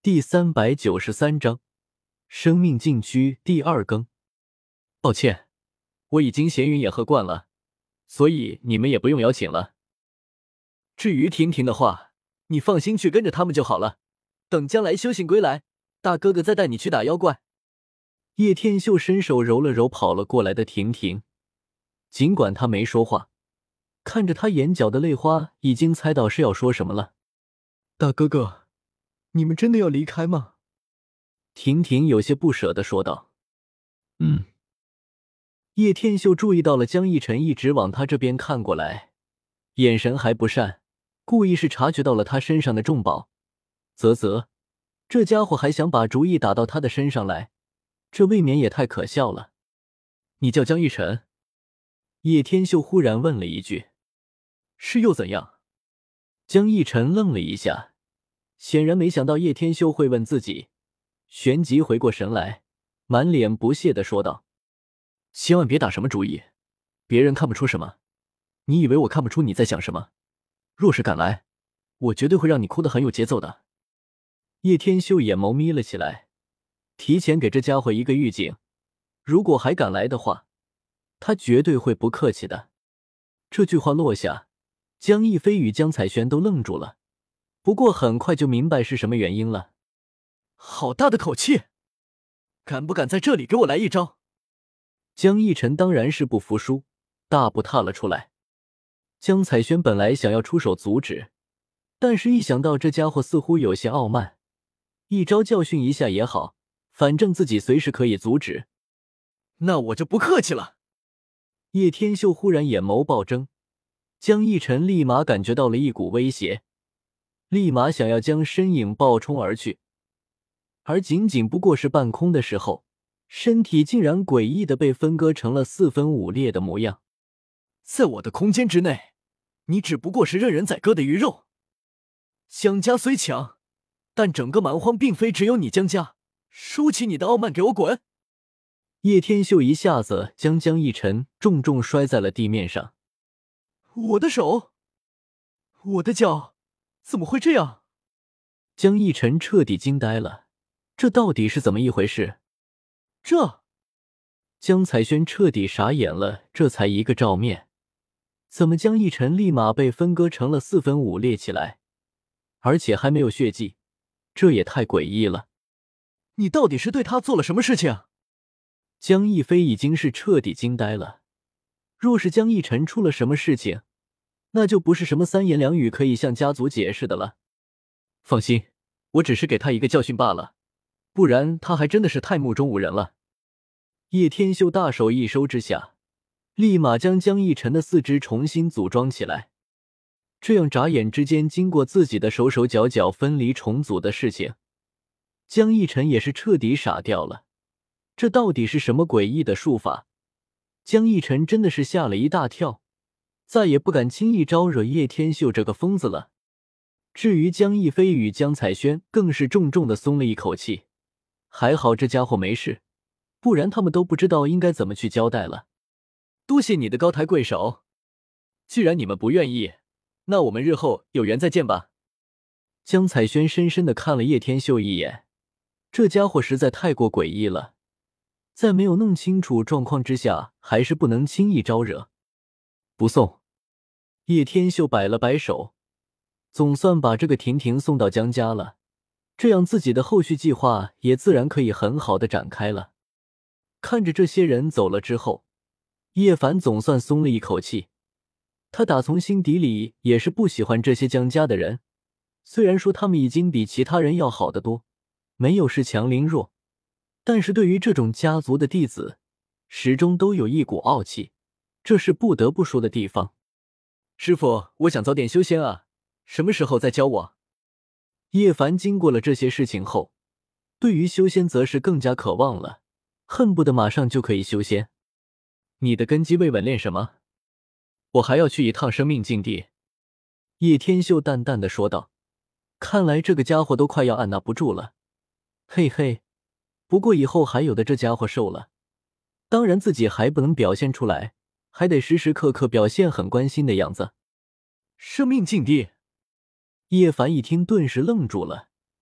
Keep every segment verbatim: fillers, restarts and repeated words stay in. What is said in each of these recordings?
第三百九十三章生命禁区第二更。抱歉，我已经闲云野鹤惯了，所以你们也不用邀请了。至于婷婷的话，你放心去跟着他们就好了，等将来修行归来，大哥哥再带你去打妖怪。叶天秀伸手揉了揉跑了过来的婷婷，尽管他没说话，看着他眼角的泪花，已经猜到是要说什么了。大哥哥，你们真的要离开吗？婷婷有些不舍地说道。嗯。叶天秀注意到了江逸晨一直往他这边看过来，眼神还不善，故意是察觉到了他身上的重宝。啧啧，这家伙还想把主意打到他的身上来，这未免也太可笑了。你叫江逸晨？叶天秀忽然问了一句。是又怎样？江逸晨愣了一下，显然没想到叶天秀会问自己，旋即回过神来，满脸不屑地说道：千万别打什么主意，别人看不出什么，你以为我看不出你在想什么？若是敢来，我绝对会让你哭得很有节奏的。叶天秀眼眸眯了起来，提前给这家伙一个预警，如果还敢来的话，他绝对会不客气的。这句话落下，江逸飞与江彩轩都愣住了，不过很快就明白是什么原因了。好大的口气，敢不敢在这里给我来一招？江逸晨当然是不服输，大步踏了出来。江彩轩本来想要出手阻止，但是一想到这家伙似乎有些傲慢，一招教训一下也好，反正自己随时可以阻止。那我就不客气了。叶天秀忽然眼眸暴睁，江逸晨立马感觉到了一股威胁，立马想要将身影暴冲而去，而仅仅不过是半空的时候，身体竟然诡异的被分割成了四分五裂的模样。在我的空间之内，你只不过是任人宰割的鱼肉。江家虽强，但整个蛮荒并非只有你江家，收起你的傲慢，给我滚！叶天秀一下子将江逸晨重重摔在了地面上。我的手，我的脚，怎么会这样？江逸晨彻底惊呆了，这到底是怎么一回事？这……江彩轩彻底傻眼了，这才一个照面，怎么江逸晨立马被分割成了四分五裂起来，而且还没有血迹，这也太诡异了。你到底是对他做了什么事情？江逸飞已经是彻底惊呆了，若是江逸晨出了什么事情，那就不是什么三言两语可以向家族解释的了。放心，我只是给他一个教训罢了，不然他还真的是太目中无人了。叶天秀大手一收之下，立马将江逸晨的四肢重新组装起来。这样眨眼之间经过自己的手手脚脚分离重组的事情，江逸晨也是彻底傻掉了。这到底是什么诡异的术法？江逸晨真的是吓了一大跳，再也不敢轻易招惹叶天秀这个疯子了。至于江逸飞与江彩轩更是重重的松了一口气，还好这家伙没事，不然他们都不知道应该怎么去交代了。多谢你的高抬贵手，既然你们不愿意，那我们日后有缘再见吧。江彩轩深深的看了叶天秀一眼，这家伙实在太过诡异了，在没有弄清楚状况之下，还是不能轻易招惹。不送。叶天秀摆了摆手，总算把这个婷婷送到江家了，这样自己的后续计划也自然可以很好的展开了。看着这些人走了之后，叶凡总算松了一口气。他打从心底里也是不喜欢这些江家的人，虽然说他们已经比其他人要好得多，没有恃强凌弱，但是对于这种家族的弟子，始终都有一股傲气，这是不得不说的地方。师父，我想早点修仙啊，什么时候再教我？叶凡经过了这些事情后，对于修仙则是更加渴望了，恨不得马上就可以修仙。你的根基未稳，练什么？我还要去一趟生命禁地。叶天秀淡淡的说道，看来这个家伙都快要按捺不住了。嘿嘿，不过以后还有的这家伙受了，当然自己还不能表现出来，还得时时刻刻表现很关心的样子。生命禁地。叶凡一听顿时愣住了，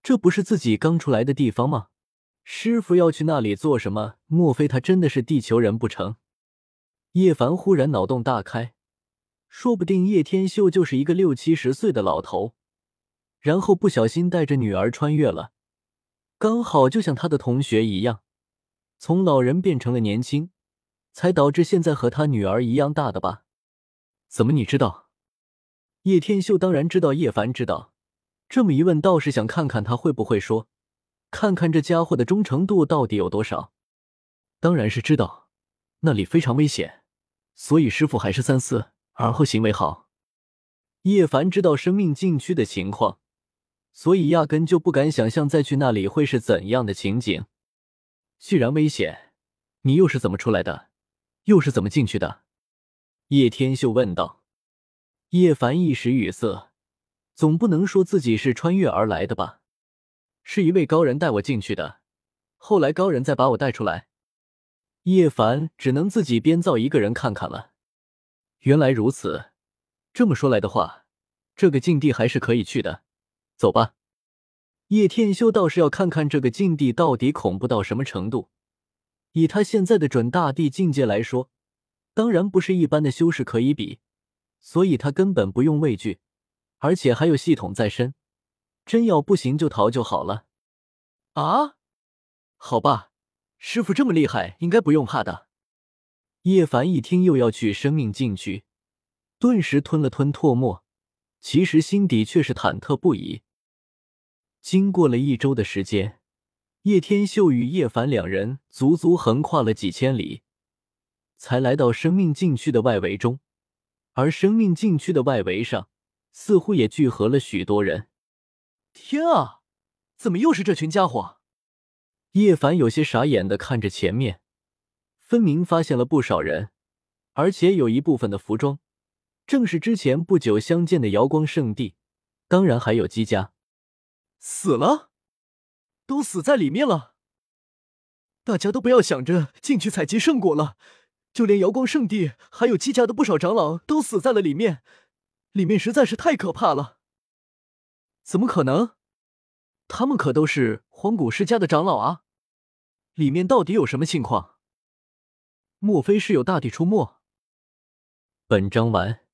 这不是自己刚出来的地方吗？师傅要去那里做什么？莫非他真的是地球人不成？叶凡忽然脑洞大开，说不定叶天秀就是一个六七十岁的老头，然后不小心带着女儿穿越了，刚好就像他的同学一样，从老人变成了年轻，才导致现在和他女儿一样大的吧？怎么你知道？叶天秀当然知道，叶凡知道。这么一问，倒是想看看他会不会说，看看这家伙的忠诚度到底有多少。当然是知道，那里非常危险，所以师父还是三思而后行为好。叶凡知道生命禁区的情况，所以压根就不敢想象再去那里会是怎样的情景。既然危险，你又是怎么出来的？又是怎么进去的？叶天秀问道。叶凡一时语塞，总不能说自己是穿越而来的吧？是一位高人带我进去的，后来高人再把我带出来。叶凡只能自己编造一个人看看了。原来如此，这么说来的话，这个禁地还是可以去的。走吧。叶天修倒是要看看这个禁地到底恐怖到什么程度。以他现在的准大地境界来说，当然不是一般的修士可以比，所以他根本不用畏惧，而且还有系统在身，真要不行就逃就好了。啊？好吧，师父这么厉害，应该不用怕的。叶凡一听又要去生命禁区，顿时吞了吞唾沫，其实心底却是忐忑不已。经过了一周的时间，叶天秀与叶凡两人足足横跨了几千里，才来到生命禁区的外围中，而生命禁区的外围上似乎也聚合了许多人。天啊，怎么又是这群家伙？叶凡有些傻眼地看着前面，分明发现了不少人，而且有一部分的服装正是之前不久相见的瑶光圣地，当然还有姬家。死了？都死在里面了？大家都不要想着进去采集圣果了，就连瑶光圣地还有姬家的不少长老都死在了里面，里面实在是太可怕了。怎么可能？他们可都是荒古世家的长老啊！里面到底有什么情况？莫非是有大帝出没？本章完。